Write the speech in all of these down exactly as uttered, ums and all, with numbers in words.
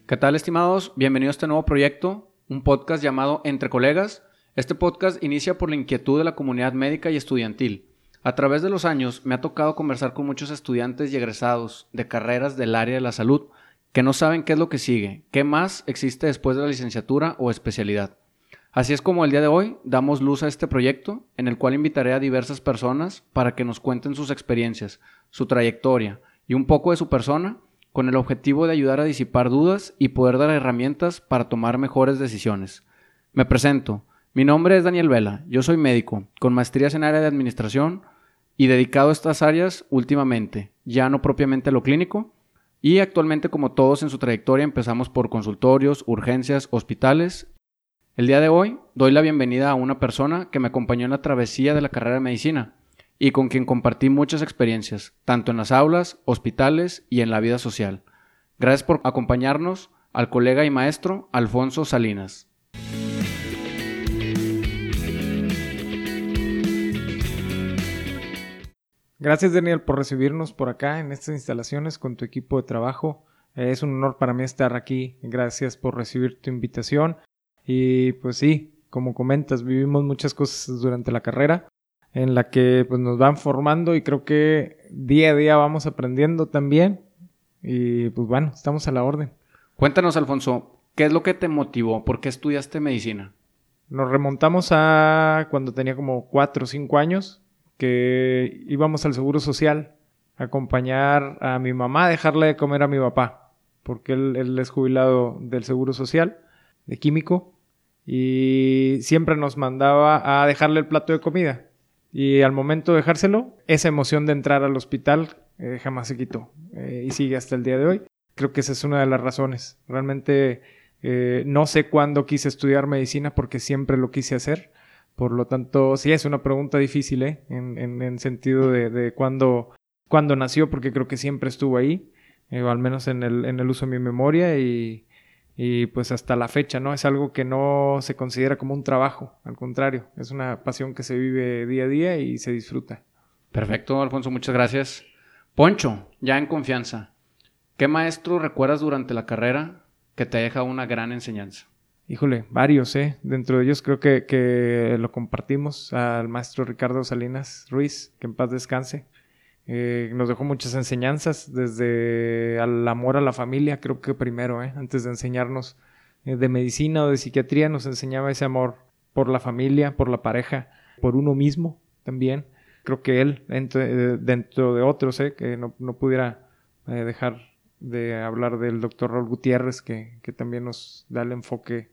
¿Qué tal, estimados? Bienvenidos a este nuevo proyecto, un podcast llamado Entre Colegas. Este podcast inicia por la inquietud de la comunidad médica y estudiantil. A través de los años me ha tocado conversar con muchos estudiantes y egresados de carreras del área de la salud que no saben qué es lo que sigue, qué más existe después de la licenciatura o especialidad. Así es como el día de hoy damos luz a este proyecto, en el cual invitaré a diversas personas para que nos cuenten sus experiencias, su trayectoria y un poco de su persona, con el objetivo de ayudar a disipar dudas y poder dar herramientas para tomar mejores decisiones. Me presento, mi nombre es Daniel Vela, yo soy médico, con maestrías en área de administración y dedicado a estas áreas últimamente, ya no propiamente a lo clínico, y actualmente, como todos en su trayectoria, empezamos por consultorios, urgencias, hospitales. El día de hoy doy la bienvenida a una persona que me acompañó en la travesía de la carrera de medicina y con quien compartí muchas experiencias, tanto en las aulas, hospitales y en la vida social. Gracias por acompañarnos al colega y maestro Alfonso Salinas. Gracias, Daniel, por recibirnos por acá en estas instalaciones con tu equipo de trabajo. Eh, es un honor para mí estar aquí. Gracias por recibir tu invitación. Y pues sí, como comentas, vivimos muchas cosas durante la carrera en la que pues, nos van formando y creo que día a día vamos aprendiendo también. Y pues bueno, estamos a la orden. Cuéntanos, Alfonso, ¿qué es lo que te motivó? ¿Por qué estudiaste medicina? Nos remontamos a cuando tenía como cuatro o cinco años, que íbamos al Seguro Social a acompañar a mi mamá a dejarle de comer a mi papá, porque él, él es jubilado del Seguro Social, de químico, y siempre nos mandaba a dejarle el plato de comida. Y al momento de dejárselo, esa emoción de entrar al hospital eh, jamás se quitó eh, y sigue hasta el día de hoy. Creo que esa es una de las razones. Realmente eh, no sé cuándo quise estudiar medicina porque siempre lo quise hacer. Por lo tanto, sí es una pregunta difícil, ¿eh? En, en, en sentido de, de cuándo, cuándo nació, porque creo que siempre estuvo ahí, eh, o al menos en el, en el uso de mi memoria y, y pues hasta la fecha, ¿no? Es algo que no se considera como un trabajo, al contrario, es una pasión que se vive día a día y se disfruta. Perfecto, Alfonso, muchas gracias. Poncho, ya en confianza, ¿qué maestro recuerdas durante la carrera que te ha dejado una gran enseñanza? Híjole, varios, ¿eh? Dentro de ellos creo que, que lo compartimos al maestro Ricardo Salinas Ruiz, que en paz descanse. Eh, nos dejó muchas enseñanzas, desde el amor a la familia, creo que primero, ¿eh? Antes de enseñarnos eh, de medicina o de psiquiatría, nos enseñaba ese amor por la familia, por la pareja, por uno mismo también. Creo que él, dentro, eh, dentro de otros, ¿eh? Que no, no pudiera eh, dejar de hablar del doctor Raúl Gutiérrez, que, que también nos da el enfoque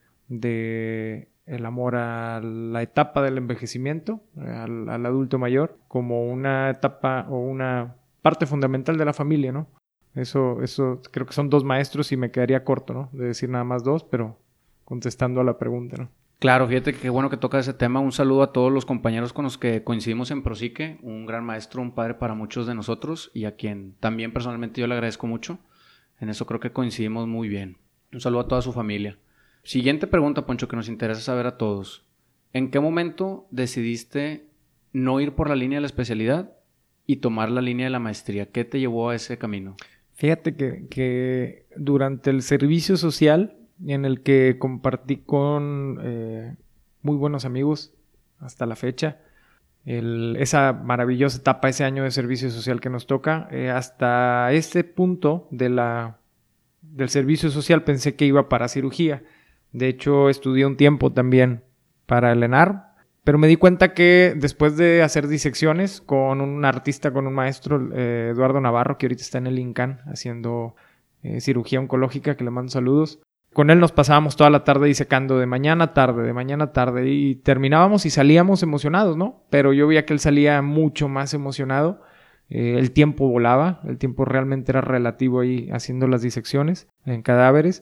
de el amor a la etapa del envejecimiento, al, al adulto mayor, como una etapa o una parte fundamental de la familia, ¿no? Eso, eso creo que son dos maestros y me quedaría corto, ¿no? De decir nada más dos, pero contestando a la pregunta, ¿no? Claro, fíjate que qué bueno que toca ese tema. Un saludo a todos los compañeros con los que coincidimos en Prosique, un gran maestro, un padre para muchos de nosotros y a quien también personalmente yo le agradezco mucho. En eso creo que coincidimos muy bien. Un saludo a toda su familia. Siguiente pregunta, Poncho, que nos interesa saber a todos. ¿En qué momento decidiste no ir por la línea de la especialidad y tomar la línea de la maestría? ¿Qué te llevó a ese camino? Fíjate que, que durante el servicio social, en el que compartí con eh, muy buenos amigos hasta la fecha, el, esa maravillosa etapa, ese año de servicio social que nos toca, eh, hasta este punto de la, del servicio social pensé que iba para cirugía. De hecho, estudié un tiempo también para el ENARM, pero me di cuenta que después de hacer disecciones con un artista, con un maestro, eh, Eduardo Navarro, que ahorita está en el INCAN haciendo eh, cirugía oncológica, que le mando saludos, con él nos pasábamos toda la tarde disecando de mañana a tarde, de mañana a tarde, y terminábamos y salíamos emocionados, ¿no? Pero yo veía que él salía mucho más emocionado, eh, el tiempo volaba, el tiempo realmente era relativo ahí haciendo las disecciones en cadáveres,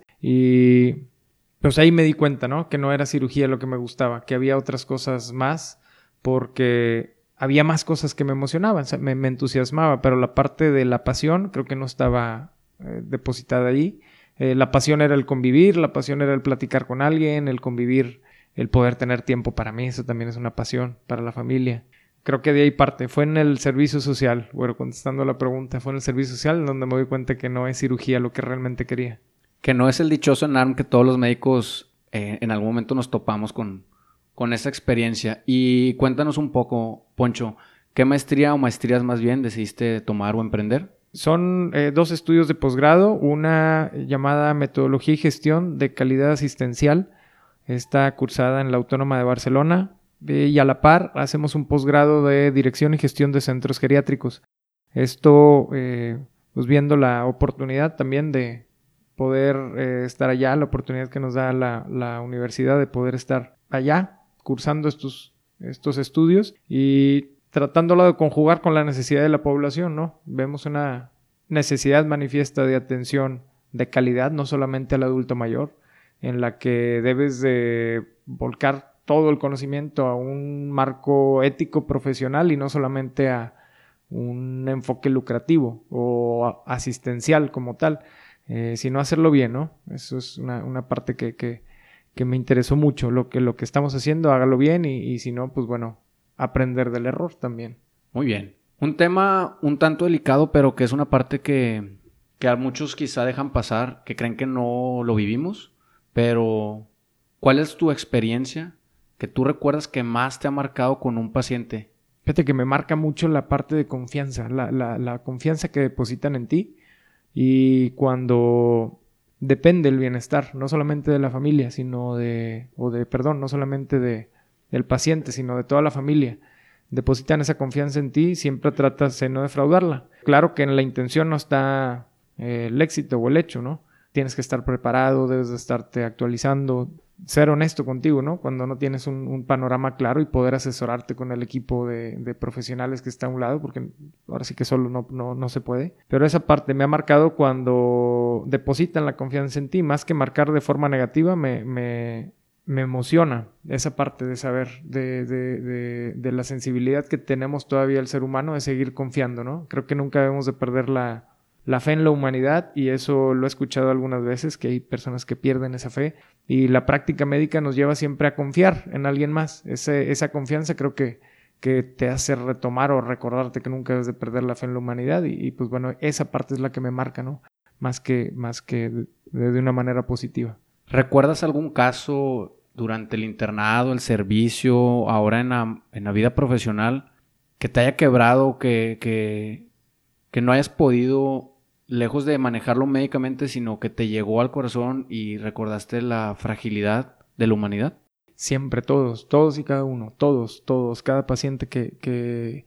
y pues ahí me di cuenta, ¿no? Que no era cirugía lo que me gustaba, que había otras cosas más, porque había más cosas que me emocionaban, me, me entusiasmaba, pero la parte de la pasión creo que no estaba eh, depositada ahí. Eh, la pasión era el convivir, la pasión era el platicar con alguien, el convivir, el poder tener tiempo para mí, eso también es una pasión para la familia. Creo que de ahí parte, fue en el servicio social, bueno, contestando la pregunta, fue en el servicio social donde me doy cuenta que no es cirugía lo que realmente quería. que no es el dichoso N A R M que todos los médicos eh, en algún momento nos topamos con, con esa experiencia. Y cuéntanos un poco, Poncho, ¿qué maestría o maestrías más bien decidiste tomar o emprender? Son eh, dos estudios de posgrado, una llamada Metodología y Gestión de Calidad Asistencial, está cursada en la Autónoma de Barcelona, eh, y a la par hacemos un posgrado de Dirección y Gestión de Centros Geriátricos. Esto, eh, pues viendo la oportunidad también de poder eh, estar allá, la oportunidad que nos da la, la universidad de poder estar allá cursando estos, estos estudios y tratándolo de conjugar con la necesidad de la población, ¿no? Vemos una necesidad manifiesta de atención de calidad, no solamente al adulto mayor, en la que debes de volcar todo el conocimiento a un marco ético profesional y no solamente a un enfoque lucrativo o asistencial como tal, eh, sino hacerlo bien, ¿no? Eso es una, una parte que, que, que me interesó mucho, lo que, lo que estamos haciendo, hágalo bien y, y si no, pues bueno, aprender del error también. Muy bien. Un tema un tanto delicado, pero que es una parte que, que a muchos quizá dejan pasar, que creen que no lo vivimos, pero ¿cuál es tu experiencia que tú recuerdas que más te ha marcado con un paciente? Fíjate que me marca mucho la parte de confianza, la, la, la confianza que depositan en ti y cuando depende el bienestar, no solamente de la familia, sino de, o de, perdón, no solamente de, del paciente, sino de toda la familia. Depositan esa confianza en ti, siempre tratas de no defraudarla. Claro que en la intención no está eh, el éxito o el hecho, ¿no? Tienes que estar preparado, debes de estarte actualizando, ser honesto contigo, ¿no? Cuando no tienes un, un panorama claro y poder asesorarte con el equipo de, de profesionales que está a un lado, porque ahora sí que solo no, no, no se puede. Pero esa parte me ha marcado cuando depositan la confianza en ti, más que marcar de forma negativa, me, me, me emociona esa parte de saber, de, de, de, de la sensibilidad que tenemos todavía el ser humano de seguir confiando, ¿no? Creo que nunca debemos de perder la... la fe en la humanidad y eso lo he escuchado algunas veces, que hay personas que pierden esa fe y la práctica médica nos lleva siempre a confiar en alguien más. Ese, esa confianza creo que, que te hace retomar o recordarte que nunca debes de perder la fe en la humanidad y, y pues bueno, esa parte es la que me marca, ¿no? Más que, más que de, de una manera positiva. ¿Recuerdas algún caso durante el internado, el servicio, ahora en la, en la vida profesional que te haya quebrado, que, que, que no hayas podido, lejos de manejarlo médicamente, sino que te llegó al corazón y recordaste la fragilidad de la humanidad? Siempre, todos, todos y cada uno, todos, todos, cada paciente que, que,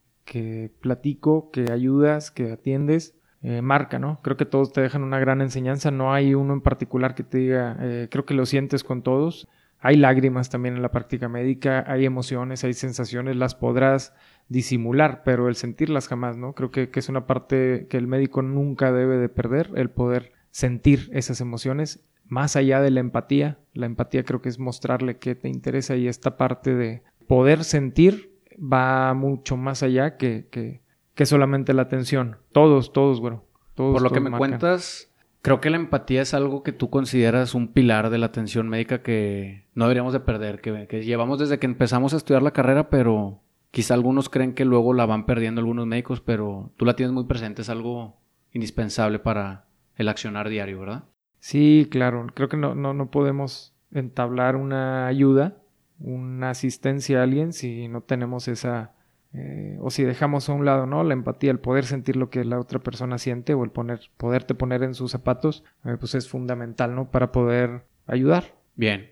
que platico, que ayudas, que atiendes, eh, marca, ¿no? Creo que todos te dejan una gran enseñanza, no hay uno en particular que te diga, eh, creo que lo sientes con todos. Hay lágrimas también en la práctica médica, hay emociones, hay sensaciones, las podrás disimular, pero el sentirlas jamás, ¿no? Creo que, que es una parte que el médico nunca debe de perder, el poder sentir esas emociones, más allá de la empatía. La empatía creo que es mostrarle qué te interesa y esta parte de poder sentir va mucho más allá que, que, que solamente la atención. Todos, todos, bueno. Todos, Por lo todos que me marcan. cuentas, creo que la empatía es algo que tú consideras un pilar de la atención médica que no deberíamos de perder, que, que llevamos desde que empezamos a estudiar la carrera, pero quizá algunos creen que luego la van perdiendo algunos médicos, pero tú la tienes muy presente, es algo indispensable para el accionar diario, ¿verdad? Sí, claro. Creo que no, no, no podemos entablar una ayuda, una asistencia a alguien si no tenemos esa... Eh, o si dejamos a un lado, ¿no? La empatía, el poder sentir lo que la otra persona siente o el poner, poderte poner en sus zapatos, eh, pues es fundamental, ¿no? Para poder ayudar. Bien.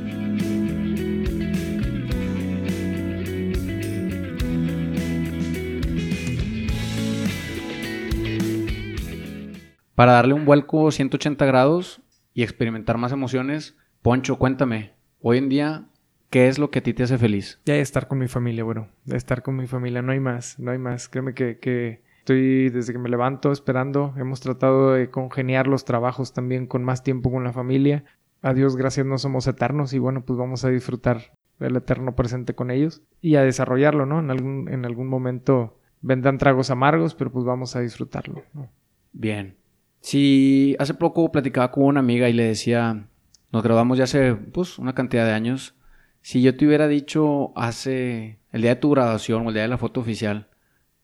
Para darle un vuelco ciento ochenta grados y experimentar más emociones, Poncho, cuéntame, hoy en día, ¿qué es lo que a ti te hace feliz? Ya estar con mi familia, bueno, de estar con mi familia, no hay más, no hay más. Créeme que, que estoy desde que me levanto esperando, hemos tratado de congeniar los trabajos también con más tiempo con la familia. A Dios gracias no somos eternos y bueno, pues vamos a disfrutar del eterno presente con ellos y a desarrollarlo, ¿no? En algún, en algún momento vendrán tragos amargos, pero pues vamos a disfrutarlo, ¿no? Bien. Sí, hace poco platicaba con una amiga y le decía, nos graduamos ya hace pues una cantidad de años. Si yo te hubiera dicho hace el día de tu graduación o el día de la foto oficial,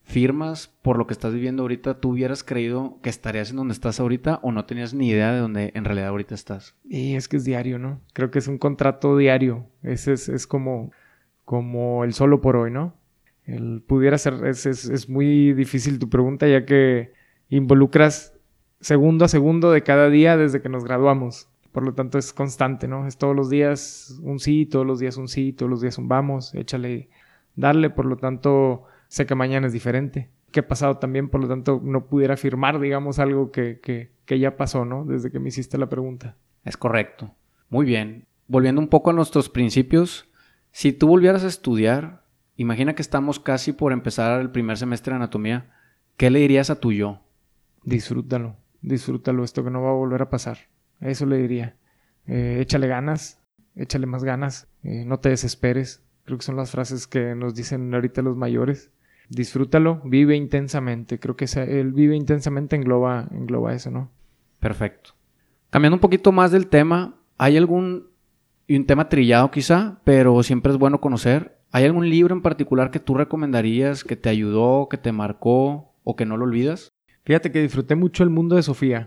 firmas por lo que estás viviendo ahorita, ¿tú hubieras creído que estarías en donde estás ahorita o no tenías ni idea de dónde en realidad ahorita estás? Y es que es diario, ¿no? Creo que es un contrato diario. Ese es, es como, como el solo por hoy, ¿no? El pudiera ser, es, es, es muy difícil tu pregunta, ya que involucras segundo a segundo de cada día desde que nos graduamos. Por lo tanto, es constante, ¿no? Es todos los días un sí, todos los días un sí, todos los días un vamos, échale, darle. Por lo tanto, sé que mañana es diferente. Que ha pasado también, por lo tanto, no pudiera afirmar, digamos, algo que, que, que ya pasó, ¿no? Desde que me hiciste la pregunta. Es correcto. Muy bien. Volviendo un poco a nuestros principios, si tú volvieras a estudiar, imagina que estamos casi por empezar el primer semestre de anatomía, ¿qué le dirías a tu yo? Disfrútalo, disfrútalo, esto que no va a volver a pasar. Eso le diría. Eh, échale ganas, échale más ganas, eh, no te desesperes. Creo que son las frases que nos dicen ahorita los mayores. Disfrútalo, vive intensamente. Creo que esa, el vive intensamente engloba, engloba eso, ¿no? Perfecto. Cambiando un poquito más del tema, ¿hay algún, y un tema trillado quizá, pero siempre es bueno conocer, ¿hay algún libro en particular que tú recomendarías, que te ayudó, que te marcó o que no lo olvidas? Fíjate que disfruté mucho el mundo de Sofía.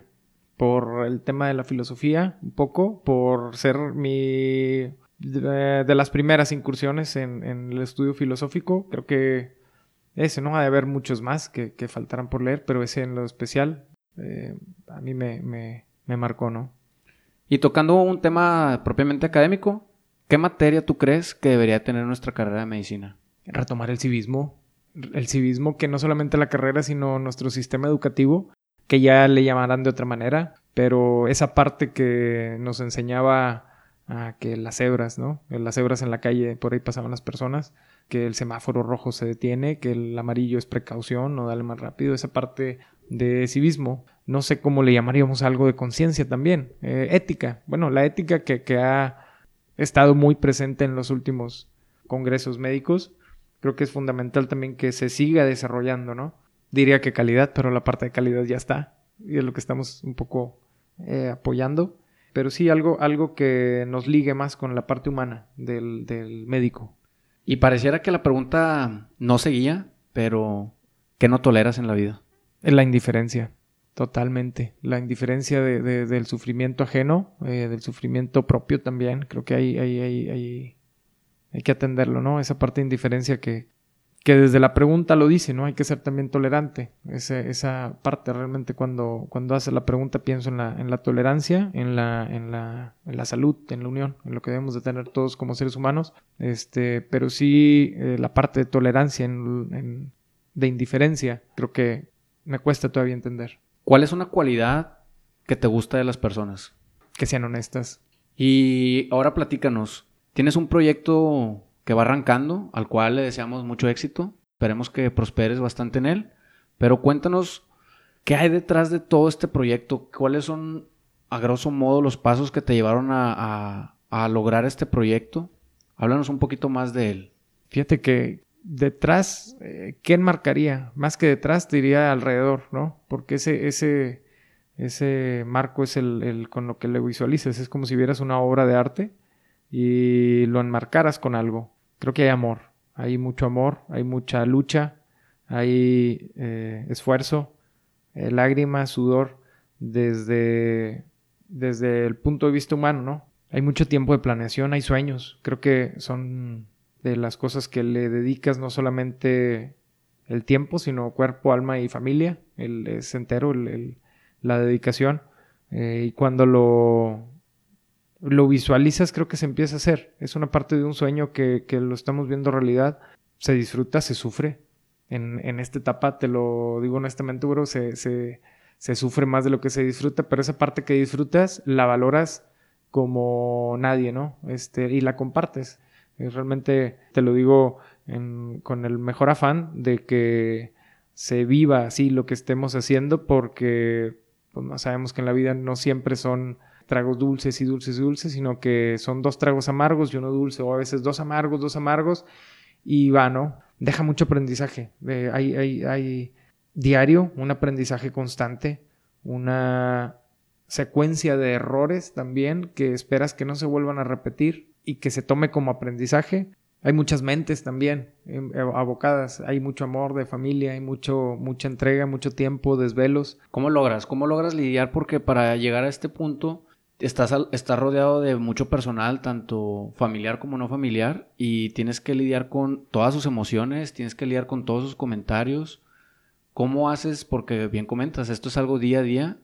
Por el tema de la filosofía, un poco, por ser mi de, de las primeras incursiones en, en el estudio filosófico. Creo que ese, ¿no? Ha de haber muchos más que, que faltaran por leer, pero ese en lo especial eh, a mí me, me, me marcó, ¿no? Y tocando un tema propiamente académico, ¿qué materia tú crees que debería tener nuestra carrera de medicina? Retomar el civismo. El civismo que no solamente la carrera, sino nuestro sistema educativo, que ya le llamarán de otra manera, pero esa parte que nos enseñaba a que las cebras, ¿no? Las cebras en la calle, por ahí pasaban las personas, que el semáforo rojo se detiene, que el amarillo es precaución, no dale más rápido, esa parte de civismo, no sé cómo le llamaríamos, algo de conciencia también, eh, ética, bueno, la ética que, que ha estado muy presente en los últimos congresos médicos, creo que es fundamental también que se siga desarrollando, ¿no? Diría que calidad, pero la parte de calidad ya está. Y es lo que estamos un poco eh, apoyando. Pero sí algo, algo que nos ligue más con la parte humana del, del médico. Y pareciera que la pregunta no seguía, pero ¿qué no toleras en la vida? La indiferencia, totalmente. La indiferencia de, de, del sufrimiento ajeno, eh, del sufrimiento propio también. Creo que hay, hay, hay, hay, hay que atenderlo, ¿no? Esa parte de indiferencia que... que desde la pregunta lo dice, ¿no? Hay que ser también tolerante. Ese, esa parte realmente cuando, cuando hace la pregunta pienso en la, en la tolerancia, en la, en, la, en la salud, en la unión, en lo que debemos de tener todos como seres humanos. Este, pero sí eh, la parte de tolerancia, en, en, de indiferencia, creo que me cuesta todavía entender. ¿Cuál es una cualidad que te gusta de las personas? Que sean honestas. Y ahora platícanos. ¿Tienes un proyecto que va arrancando, al cual le deseamos mucho éxito? Esperemos que prosperes bastante en él. Pero cuéntanos, ¿qué hay detrás de todo este proyecto? ¿Cuáles son, a grosso modo, los pasos que te llevaron a, a, a lograr este proyecto? Háblanos un poquito más de él. Fíjate que detrás, eh, ¿qué enmarcaría? Más que detrás, te diría alrededor, ¿no? Porque ese, ese, ese marco es el, el con lo que le visualizas. Es como si vieras una obra de arte y lo enmarcaras con algo. Creo que hay amor, hay mucho amor, hay mucha lucha, hay eh, esfuerzo, eh, lágrimas, sudor, desde, desde el punto de vista humano, ¿no? Hay mucho tiempo de planeación, hay sueños. Creo que son de las cosas que le dedicas no solamente el tiempo, sino cuerpo, alma y familia. El, es entero el, el, la dedicación. Eh, y cuando lo... lo visualizas, creo que se empieza a hacer. Es una parte de un sueño que, que lo estamos viendo realidad. Se disfruta, se sufre. En, en esta etapa, te lo digo honestamente, bro, se, se, se sufre más de lo que se disfruta, pero esa parte que disfrutas la valoras como nadie, ¿no? Este, y la compartes. Y realmente te lo digo en, con el mejor afán de que se viva así lo que estemos haciendo, porque pues, sabemos que en la vida no siempre son tragos dulces y dulces y dulces, sino que son dos tragos amargos y uno dulce, o a veces dos amargos, dos amargos, y va, ¿no? Deja mucho aprendizaje. Eh, hay, hay, hay diario un aprendizaje constante, una secuencia de errores también que esperas que no se vuelvan a repetir y que se tome como aprendizaje, hay muchas mentes también eh, abocadas, hay mucho amor de familia, hay mucho, mucha entrega, mucho tiempo, desvelos. ¿Cómo logras? ¿Cómo logras lidiar? Porque para llegar a este punto estás, al, estás rodeado de mucho personal, tanto familiar como no familiar, y tienes que lidiar con todas sus emociones, tienes que lidiar con todos sus comentarios. ¿Cómo haces? Porque bien comentas, esto es algo día a día,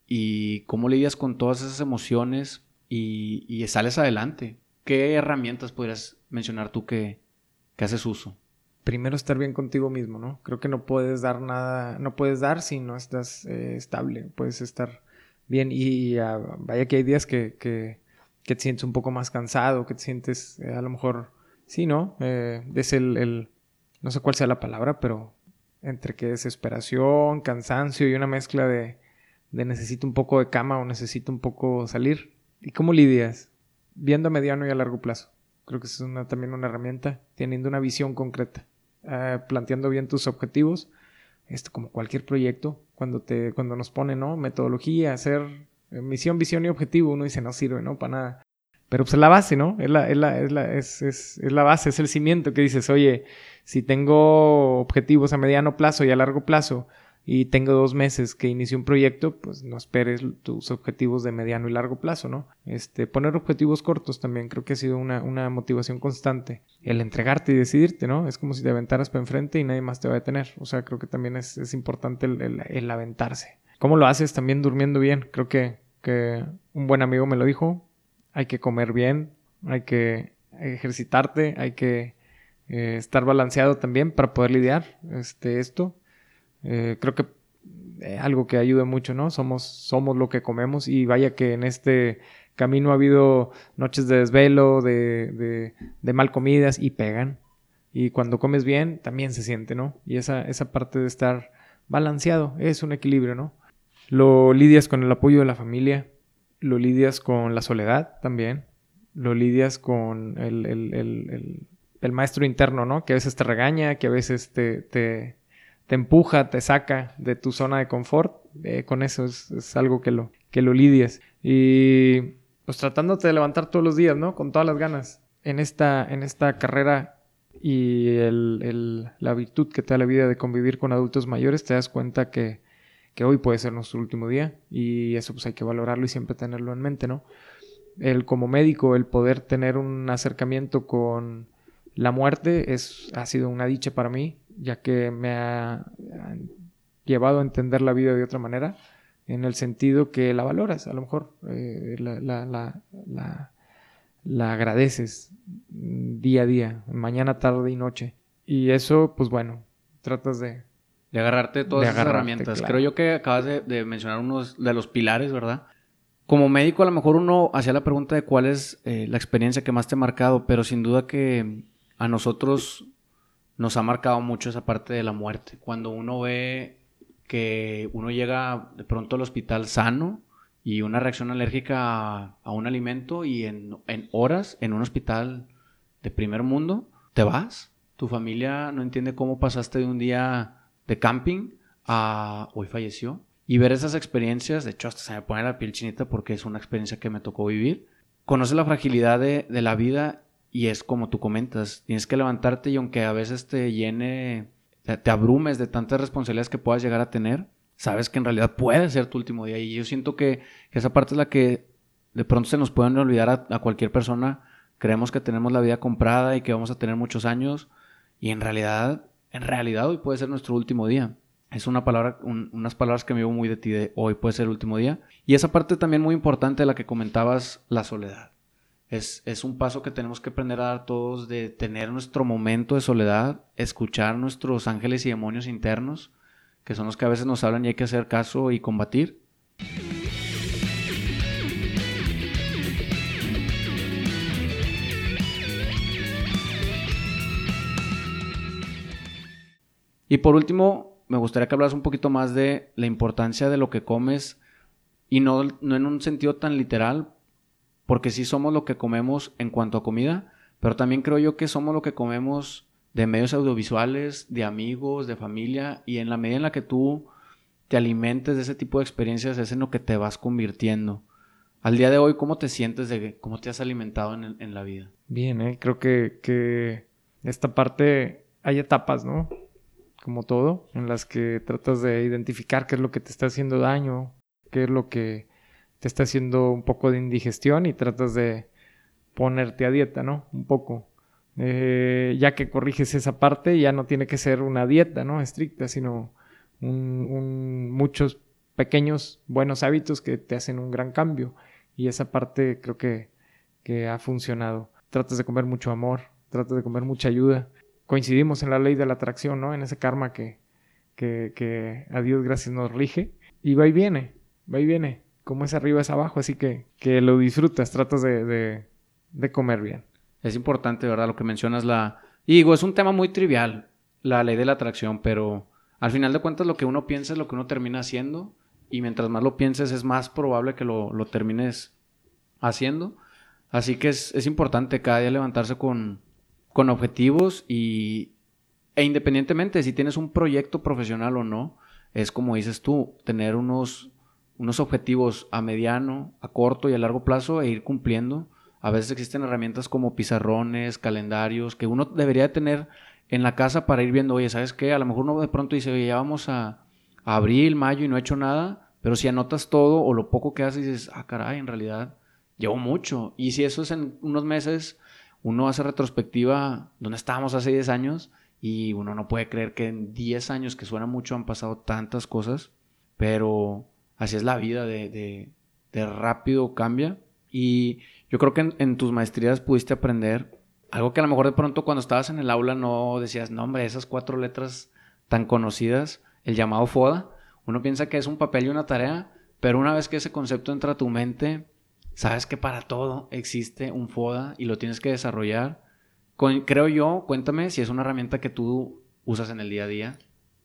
y cómo lidias con todas esas emociones y, y sales adelante. ¿Qué herramientas podrías mencionar tú que, que haces uso? Primero estar bien contigo mismo, ¿no? Creo que no puedes dar nada, no puedes dar si no estás eh, estable, puedes estar bien y, y uh, vaya que hay días que, que, que te sientes un poco más cansado, que te sientes eh, a lo mejor, sí, ¿no? Eh, es el, el, no sé cuál sea la palabra, pero entre que desesperación, cansancio y una mezcla de, de necesito un poco de cama o necesito un poco salir. ¿Y cómo lidias? Viendo a mediano y a largo plazo. Creo que es una, también una herramienta, teniendo una visión concreta, uh, planteando bien tus objetivos. Esto como cualquier proyecto, cuando te cuando nos pone, ¿no? Metodología, hacer eh, misión, visión y objetivo, uno dice, no sirve, ¿no? Para nada. Pero pues es la base, ¿no? Es la, es la, es la, es, es, es la base, es el cimiento que dices, oye, si tengo objetivos a mediano plazo y a largo plazo, y tengo dos meses que inicie un proyecto, pues no esperes tus objetivos de mediano y largo plazo, ¿no? Este, poner objetivos cortos también creo que ha sido una, una motivación constante. El entregarte y decidirte, ¿no? Es como si te aventaras para enfrente y nadie más te va a detener. O sea, creo que también es, es importante el, el, el aventarse. ¿Cómo lo haces? También durmiendo bien. Creo que, que un buen amigo me lo dijo. Hay que comer bien, hay que ejercitarte, hay que eh, estar balanceado también para poder lidiar este, esto. Eh, creo que eh, algo que ayuda mucho, ¿no? Somos, somos lo que comemos y vaya que en este camino ha habido noches de desvelo, de, de, de mal comidas y pegan. Y cuando comes bien también se siente, ¿no? Y esa, esa parte de estar balanceado es un equilibrio, ¿no? Lo lidias con el apoyo de la familia, lo lidias con la soledad también, lo lidias con el, el, el, el, el maestro interno, ¿no? Que a veces te regaña, que a veces te... te te empuja, te saca de tu zona de confort, eh, con eso es, es algo que lo, que lo lidias. Y pues tratándote de levantar todos los días, ¿no? Con todas las ganas. En esta, en esta carrera y el, el, la virtud que te da la vida de convivir con adultos mayores, te das cuenta que, que hoy puede ser nuestro último día y eso pues hay que valorarlo y siempre tenerlo en mente, ¿no? El como médico, el poder tener un acercamiento con la muerte es, ha sido una dicha para mí, ya que me ha, ha llevado a entender la vida de otra manera, en el sentido que la valoras, a lo mejor eh, la, la, la, la, la agradeces día a día, mañana, tarde y noche. Y eso, pues bueno, tratas de... De agarrarte todas de esas agarrarte, herramientas. Claro. Creo yo que acabas de, de mencionar unos de los pilares, ¿verdad? Como médico, a lo mejor uno hacía la pregunta de cuál es eh, la experiencia que más te ha marcado, pero sin duda que a nosotros nos ha marcado mucho esa parte de la muerte. Cuando uno ve que uno llega de pronto al hospital sano y una reacción alérgica a, a un alimento y en, en horas en un hospital de primer mundo, te vas. Tu familia no entiende cómo pasaste de un día de camping a hoy falleció. Y ver esas experiencias, de hecho hasta se me pone la piel chinita porque es una experiencia que me tocó vivir. Conoces la fragilidad de, de la vida y es como tú comentas, tienes que levantarte y aunque a veces te llene, te, te abrumes de tantas responsabilidades que puedas llegar a tener, sabes que en realidad puede ser tu último día. Y yo siento que, que esa parte es la que de pronto se nos puede olvidar a, a cualquier persona. Creemos que tenemos la vida comprada y que vamos a tener muchos años y en realidad, en realidad hoy puede ser nuestro último día. Es una palabra, un, unas palabras que me llevo muy de ti de hoy puede ser el último día. Y esa parte también muy importante de la que comentabas, la soledad. Es, es un paso que tenemos que aprender a dar todos de tener nuestro momento de soledad, escuchar nuestros ángeles y demonios internos, que son los que a veces nos hablan y hay que hacer caso y combatir. Y por último, me gustaría que hablas un poquito más de la importancia de lo que comes y no, no en un sentido tan literal, porque sí somos lo que comemos en cuanto a comida, pero también creo yo que somos lo que comemos de medios audiovisuales, de amigos, de familia, y en la medida en la que tú te alimentes de ese tipo de experiencias es en lo que te vas convirtiendo. Al día de hoy, ¿cómo te sientes de cómo te has alimentado en, en la vida? Bien, ¿eh? Creo que, que esta parte, hay etapas, ¿no? Como todo, en las que tratas de identificar qué es lo que te está haciendo daño, qué es lo que te está haciendo un poco de indigestión y tratas de ponerte a dieta, ¿no? Un poco. Eh, ya que corriges esa parte, ya no tiene que ser una dieta, ¿no? Estricta, sino un, un, muchos pequeños buenos hábitos que te hacen un gran cambio. Y esa parte creo que, que ha funcionado. Tratas de comer mucho amor, tratas de comer mucha ayuda. Coincidimos en la ley de la atracción, ¿no? En ese karma que, que, que a Dios gracias nos rige. Y va y viene, va y viene. Como es arriba es abajo, así que, que lo disfrutas, tratas de, de, de comer bien. Es importante, ¿verdad? Lo que mencionas, la... Y digo, es un tema muy trivial, la ley de la atracción, pero al final de cuentas lo que uno piensa es lo que uno termina haciendo. Y mientras más lo pienses es más probable que lo, lo termines haciendo. Así que es, es importante cada día levantarse con, con objetivos y, e independientemente si tienes un proyecto profesional o no, es como dices tú, tener unos, unos objetivos a mediano, a corto y a largo plazo e ir cumpliendo. A veces existen herramientas como pizarrones, calendarios, que uno debería de tener en la casa para ir viendo, oye, ¿sabes qué? A lo mejor uno de pronto dice, oye, ya vamos a... abril, mayo y no he hecho nada, pero si anotas todo o lo poco que haces dices, ah, caray, en realidad llevo mucho. Y si eso es en unos meses, uno hace retrospectiva donde estábamos hace diez años y uno no puede creer que en diez años, que suena mucho, han pasado tantas cosas, pero así es la vida, de, de, de rápido cambia. Y yo creo que en, en tus maestrías pudiste aprender algo que a lo mejor de pronto cuando estabas en el aula no decías, no hombre, esas cuatro letras tan conocidas, el llamado FODA. Uno piensa que es un papel y una tarea, pero una vez que ese concepto entra a tu mente, sabes que para todo existe un FODA y lo tienes que desarrollar. Con, creo yo, cuéntame si es una herramienta que tú usas en el día a día.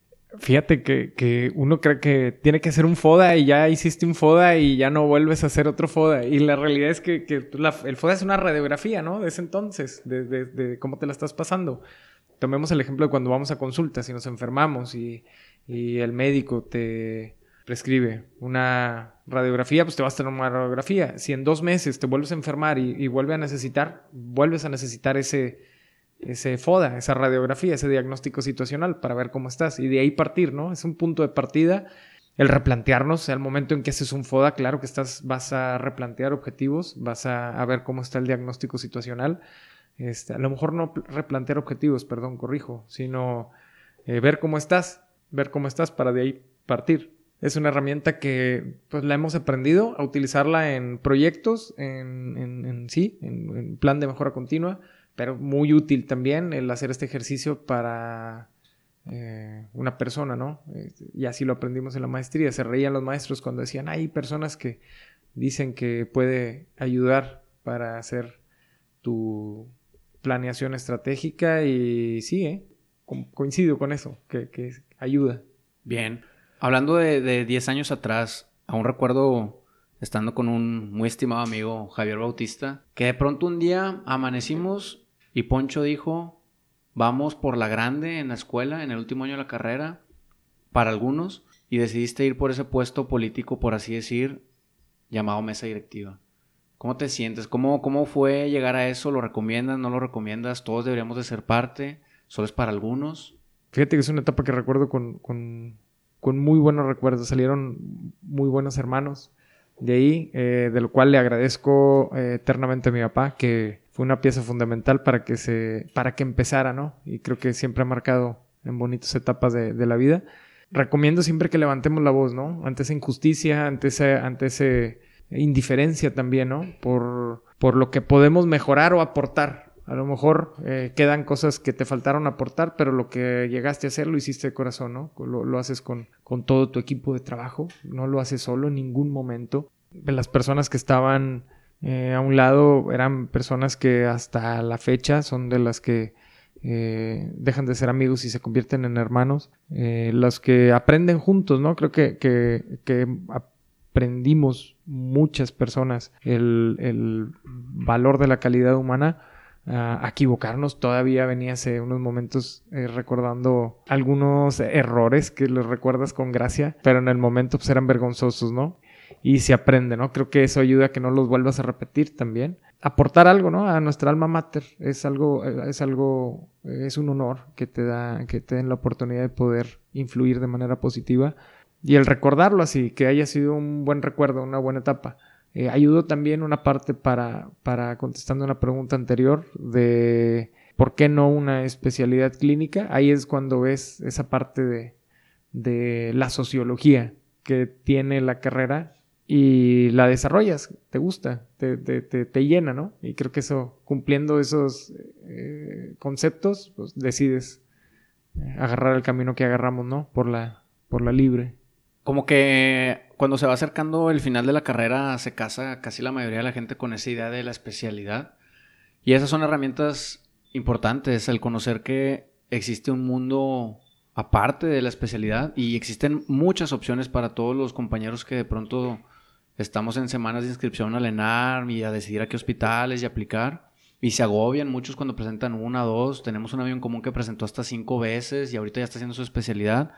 Fíjate que, que uno cree que tiene que hacer un FODA y ya hiciste un FODA y ya no vuelves a hacer otro FODA. Y la realidad es que, que la, el FODA es una radiografía, ¿no? De ese entonces, de, de, de cómo te la estás pasando. Tomemos el ejemplo de cuando vamos a consultas y nos enfermamos y, y el médico te prescribe una radiografía, pues te vas a tener una radiografía. Si en dos meses te vuelves a enfermar y, y vuelves a necesitar, vuelves a necesitar ese, ese FODA, esa radiografía, ese diagnóstico situacional para ver cómo estás. Y de ahí partir, ¿no? Es un punto de partida. El replantearnos, al momento en que haces un FODA, claro que estás, vas a replantear objetivos, vas a, a ver cómo está el diagnóstico situacional. Este, a lo mejor no replantear objetivos, perdón, corrijo, sino eh, ver cómo estás, ver cómo estás para de ahí partir. Es una herramienta que pues la hemos aprendido a utilizarla en proyectos, en, en, en sí, en, en plan de mejora continua, pero muy útil también el hacer este ejercicio para eh, una persona, ¿no? Eh, y así lo aprendimos en la maestría. Se reían los maestros cuando decían, hay personas que dicen que puede ayudar para hacer tu planeación estratégica y sí, ¿eh? Co- coincido con eso, que, que ayuda. Bien. Hablando de, de diez años atrás, aún recuerdo estando con un muy estimado amigo, Javier Bautista, que de pronto un día amanecimos y Poncho dijo, vamos por la grande en la escuela, en el último año de la carrera, para algunos, y decidiste ir por ese puesto político, por así decir, llamado mesa directiva. ¿Cómo te sientes? ¿Cómo, cómo fue llegar a eso? ¿Lo recomiendas? ¿No lo recomiendas? ¿Todos deberíamos de ser parte? ¿Solo es para algunos? Fíjate que es una etapa que recuerdo con, con, con muy buenos recuerdos. Salieron muy buenos hermanos de ahí, eh, de lo cual le agradezco eh, eternamente a mi papá, que fue una pieza fundamental para que, se, para que empezara, ¿no? Y creo que siempre ha marcado en bonitas etapas de, de la vida. Recomiendo siempre que levantemos la voz, ¿no? Ante esa injusticia, ante ese... Ante ese indiferencia también, ¿no? Por, por lo que podemos mejorar o aportar. A lo mejor eh, quedan cosas que te faltaron aportar, pero lo que llegaste a hacer lo hiciste de corazón, ¿no? Lo, lo haces con, con todo tu equipo de trabajo, no lo haces solo en ningún momento. Las personas que estaban eh, a un lado eran personas que hasta la fecha son de las que eh, dejan de ser amigos y se convierten en hermanos. Eh, los que aprenden juntos, ¿no? Creo que, que, que aprendimos muchas personas el, el valor de la calidad humana, a equivocarnos. Todavía venía hace unos momentos eh, recordando algunos errores que los recuerdas con gracia, pero en el momento pues eran vergonzosos, ¿no? Y se aprende, ¿no? Creo que eso ayuda a que no los vuelvas a repetir también. aportar algo, ¿no? A nuestra alma mater. Es algo, es algo, es un honor que te da, que te den la oportunidad de poder influir de manera positiva. Y el recordarlo así, que haya sido un buen recuerdo, una buena etapa. Eh, ayudó también una parte para, para contestando una pregunta anterior de por qué no una especialidad clínica. Ahí es cuando ves esa parte de, de la sociología que tiene la carrera y la desarrollas, te gusta, te, te, te, te llena, ¿no? Y creo que eso, cumpliendo esos eh, conceptos, pues decides agarrar el camino que agarramos, ¿no? Por la, por la libre. Como que cuando se va acercando el final de la carrera se casa casi la mayoría de la gente con esa idea de la especialidad. Y esas son herramientas importantes, el conocer que existe un mundo aparte de la especialidad y existen muchas opciones para todos los compañeros que de pronto estamos en semanas de inscripción al ENARM y a decidir a qué hospitales y aplicar. Y se agobian muchos cuando presentan una, dos. Tenemos un amigo en común que presentó hasta cinco veces y ahorita ya está haciendo su especialidad.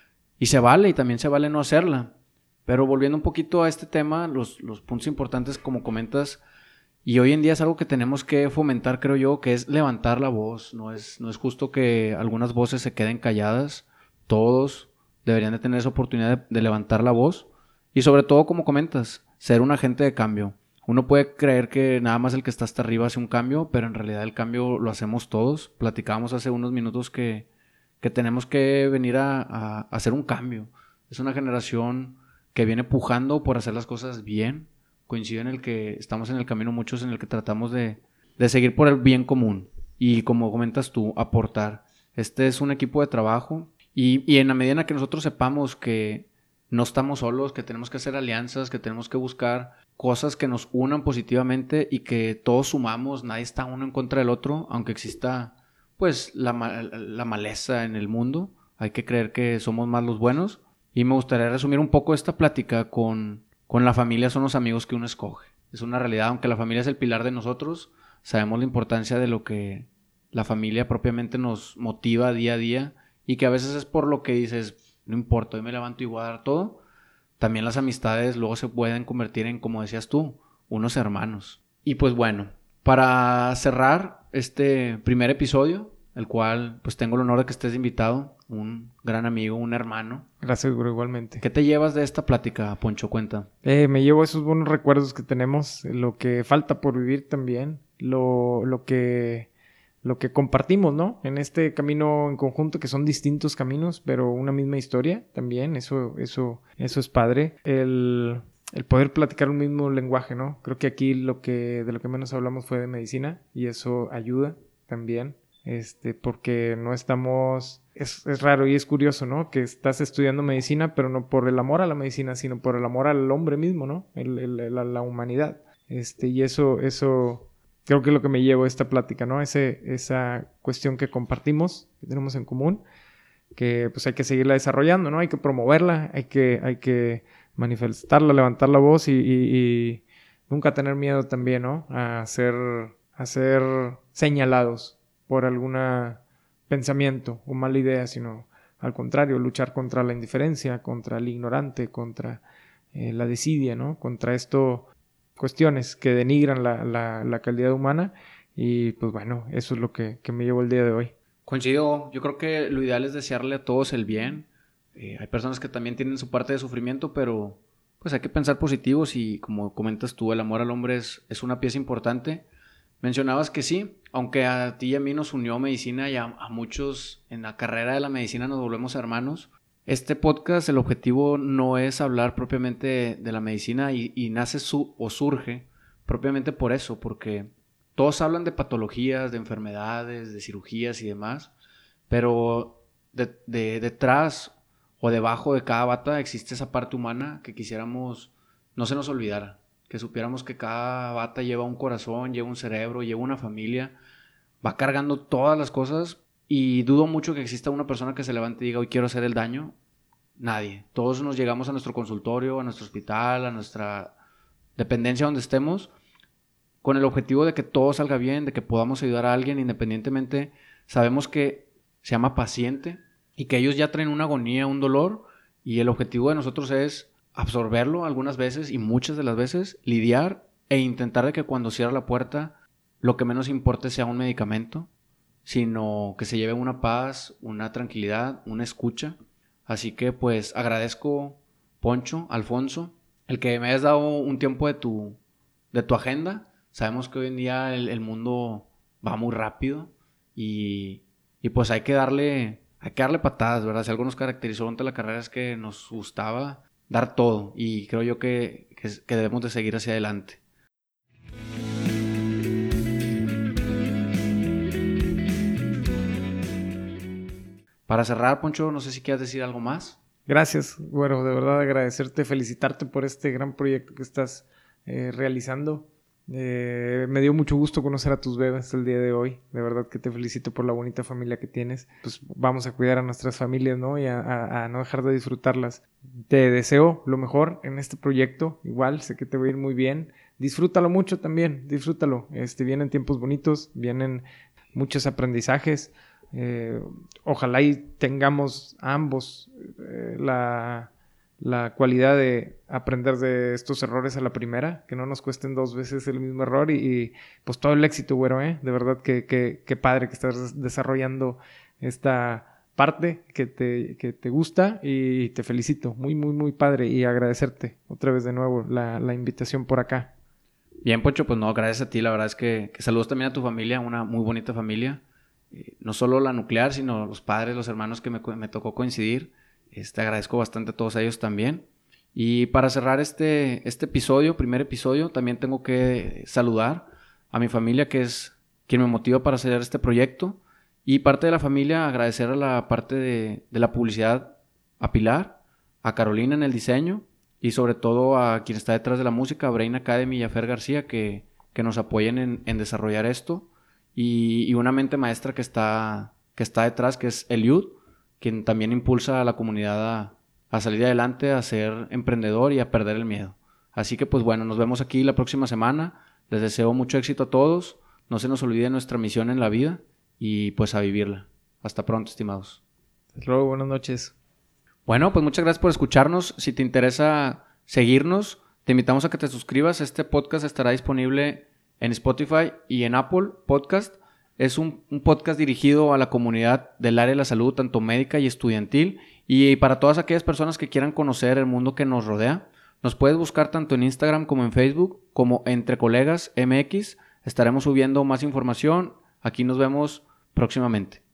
Y se vale, y también se vale no hacerla. Pero volviendo un poquito a este tema, los, los puntos importantes, como comentas, y hoy en día es algo que tenemos que fomentar, creo yo, que es levantar la voz. No es, no es justo que algunas voces se queden calladas. Todos deberían de tener esa oportunidad de, de levantar la voz. Y sobre todo, como comentas, ser un agente de cambio. Uno puede creer que nada más el que está hasta arriba hace un cambio, pero en realidad el cambio lo hacemos todos. Platicábamos hace unos minutos que, que tenemos que venir a, a, a hacer un cambio. Es una generación que viene pujando por hacer las cosas bien. Coincido en el que estamos en el camino muchos en el que tratamos de, de seguir por el bien común. Y como comentas tú, aportar. Este es un equipo de trabajo y, y en la medida en que nosotros sepamos que no estamos solos, que tenemos que hacer alianzas, que tenemos que buscar cosas que nos unan positivamente y que todos sumamos, nadie está uno en contra del otro, aunque exista pues la, la maleza en el mundo, hay que creer que somos más los buenos. Y me gustaría resumir un poco esta plática con, con la familia son los amigos que uno escoge. Es una realidad, aunque la familia es el pilar de nosotros, sabemos la importancia de lo que la familia propiamente nos motiva día a día y que a veces es por lo que dices, no importa, hoy me levanto y voy a dar todo. También las amistades luego se pueden convertir en, como decías tú, unos hermanos. Y pues bueno, para cerrar este primer episodio, el cual pues tengo el honor de que estés invitado, un gran amigo, un hermano. Gracias, bro, igualmente. ¿Qué te llevas de esta plática, Poncho? Cuenta. Eh, me llevo esos buenos recuerdos que tenemos, lo que falta por vivir también, lo, lo que... lo que compartimos, ¿no? En este camino en conjunto, que son distintos caminos, pero una misma historia también, eso, eso, eso es padre. El, el poder platicar un mismo lenguaje, ¿no? Creo que aquí lo que, de lo que menos hablamos fue de medicina y eso ayuda también, este, porque no estamos... Es, es raro y es curioso, ¿no? Que estás estudiando medicina, pero no por el amor a la medicina, sino por el amor al hombre mismo, ¿no? El, el, la, la humanidad. Este, y eso, eso... creo que es lo que me llevo a esta plática, ¿no? Ese, esa cuestión que compartimos, que tenemos en común, que pues hay que seguirla desarrollando, ¿no? Hay que promoverla, hay que, hay que manifestarla, levantar la voz y, y, y nunca tener miedo también, ¿no? A ser, a ser señalados por algún pensamiento o mala idea, sino al contrario, luchar contra la indiferencia, contra el ignorante, contra eh, la desidia, ¿no? Contra esto... cuestiones que denigran la, la, la calidad humana y pues bueno, eso es lo que, que me llevo el día de hoy. Coincido, yo creo que lo ideal es desearle a todos el bien. Eh, hay personas que también tienen su parte de sufrimiento, pero pues hay que pensar positivos y como comentas tú, el amor al hombre es, es una pieza importante. Mencionabas que sí, aunque a ti y a mí nos unió medicina y a, a muchos en la carrera de la medicina nos volvemos hermanos. Este podcast, el objetivo no es hablar propiamente de, de la medicina y, y nace su, o surge propiamente por eso, porque todos hablan de patologías, de enfermedades, de cirugías y demás, pero de, de, detrás o debajo de cada bata existe esa parte humana que quisiéramos no se nos olvidara, que supiéramos que cada bata lleva un corazón, lleva un cerebro, lleva una familia, va cargando todas las cosas. Y dudo mucho que exista una persona que se levante y diga, hoy quiero hacer el daño. Nadie. Todos nos llegamos a nuestro consultorio, a nuestro hospital, a nuestra dependencia donde estemos, con el objetivo de que todo salga bien, de que podamos ayudar a alguien independientemente. Sabemos que se llama paciente y que ellos ya traen una agonía, un dolor, y el objetivo de nosotros es absorberlo algunas veces y muchas de las veces, lidiar e intentar de que cuando cierre la puerta lo que menos importe sea un medicamento, sino que se lleve una paz, una tranquilidad, una escucha. Así que pues agradezco, Poncho, Alfonso, el que me hayas dado un tiempo de tu, de tu agenda. Sabemos que hoy en día el, el mundo va muy rápido y, y pues hay que darle, hay que darle patadas, ¿verdad? Si algo nos caracterizó durante la carrera es que nos gustaba dar todo y creo yo que, que, que debemos de seguir hacia adelante. Para cerrar, Poncho, no sé si quieres decir algo más. Gracias, güero, de verdad agradecerte, felicitarte por este gran proyecto que estás eh, realizando. Eh, me dio mucho gusto conocer a tus bebés el día de hoy. De verdad que te felicito por la bonita familia que tienes. Pues vamos a cuidar a nuestras familias, ¿no? Y a, a, a no dejar de disfrutarlas. Te deseo lo mejor en este proyecto. Igual, sé que te va a ir muy bien. Disfrútalo mucho también, disfrútalo. Este, vienen tiempos bonitos, vienen muchos aprendizajes. Eh, ojalá y tengamos ambos eh, la, la cualidad de aprender de estos errores a la primera, que no nos cuesten dos veces el mismo error y, y pues todo el éxito, güero, ¿eh? De verdad que, que, que padre que estás desarrollando esta parte que te, que te gusta y te felicito, muy muy muy padre y agradecerte otra vez de nuevo la, la invitación por acá. Bien, Poncho, pues no, gracias a ti, la verdad es que, que saludos también a tu familia, una muy bonita familia. No solo la nuclear, sino los padres, los hermanos que me, me tocó coincidir. Este, agradezco bastante a todos ellos también. Y para cerrar este, este episodio, primer episodio, también tengo que saludar a mi familia, que es quien me motiva para hacer este proyecto. Y parte de la familia, agradecer a la parte de, de la publicidad, a Pilar, a Carolina en el diseño y sobre todo a quien está detrás de la música, a Brain Academy y a Fer García, que, que nos apoyen en, en desarrollar esto. Y, y una mente maestra que está, que está detrás, que es Eliud, quien también impulsa a la comunidad a, a salir adelante, a ser emprendedor y a perder el miedo. Así que pues bueno, nos vemos aquí la próxima semana. Les deseo mucho éxito a todos. No se nos olvide nuestra misión en la vida y pues a vivirla. Hasta pronto, estimados. Hasta luego, buenas noches. Bueno, pues muchas gracias por escucharnos. Si te interesa seguirnos, te invitamos a que te suscribas. Este podcast estará disponible en Spotify y en Apple Podcast. Es un, un podcast dirigido a la comunidad del área de la salud, tanto médica y estudiantil, y para todas aquellas personas que quieran conocer el mundo que nos rodea. Nos puedes buscar tanto en Instagram como en Facebook, como Entre Colegas M X. Estaremos subiendo más información. Aquí nos vemos próximamente.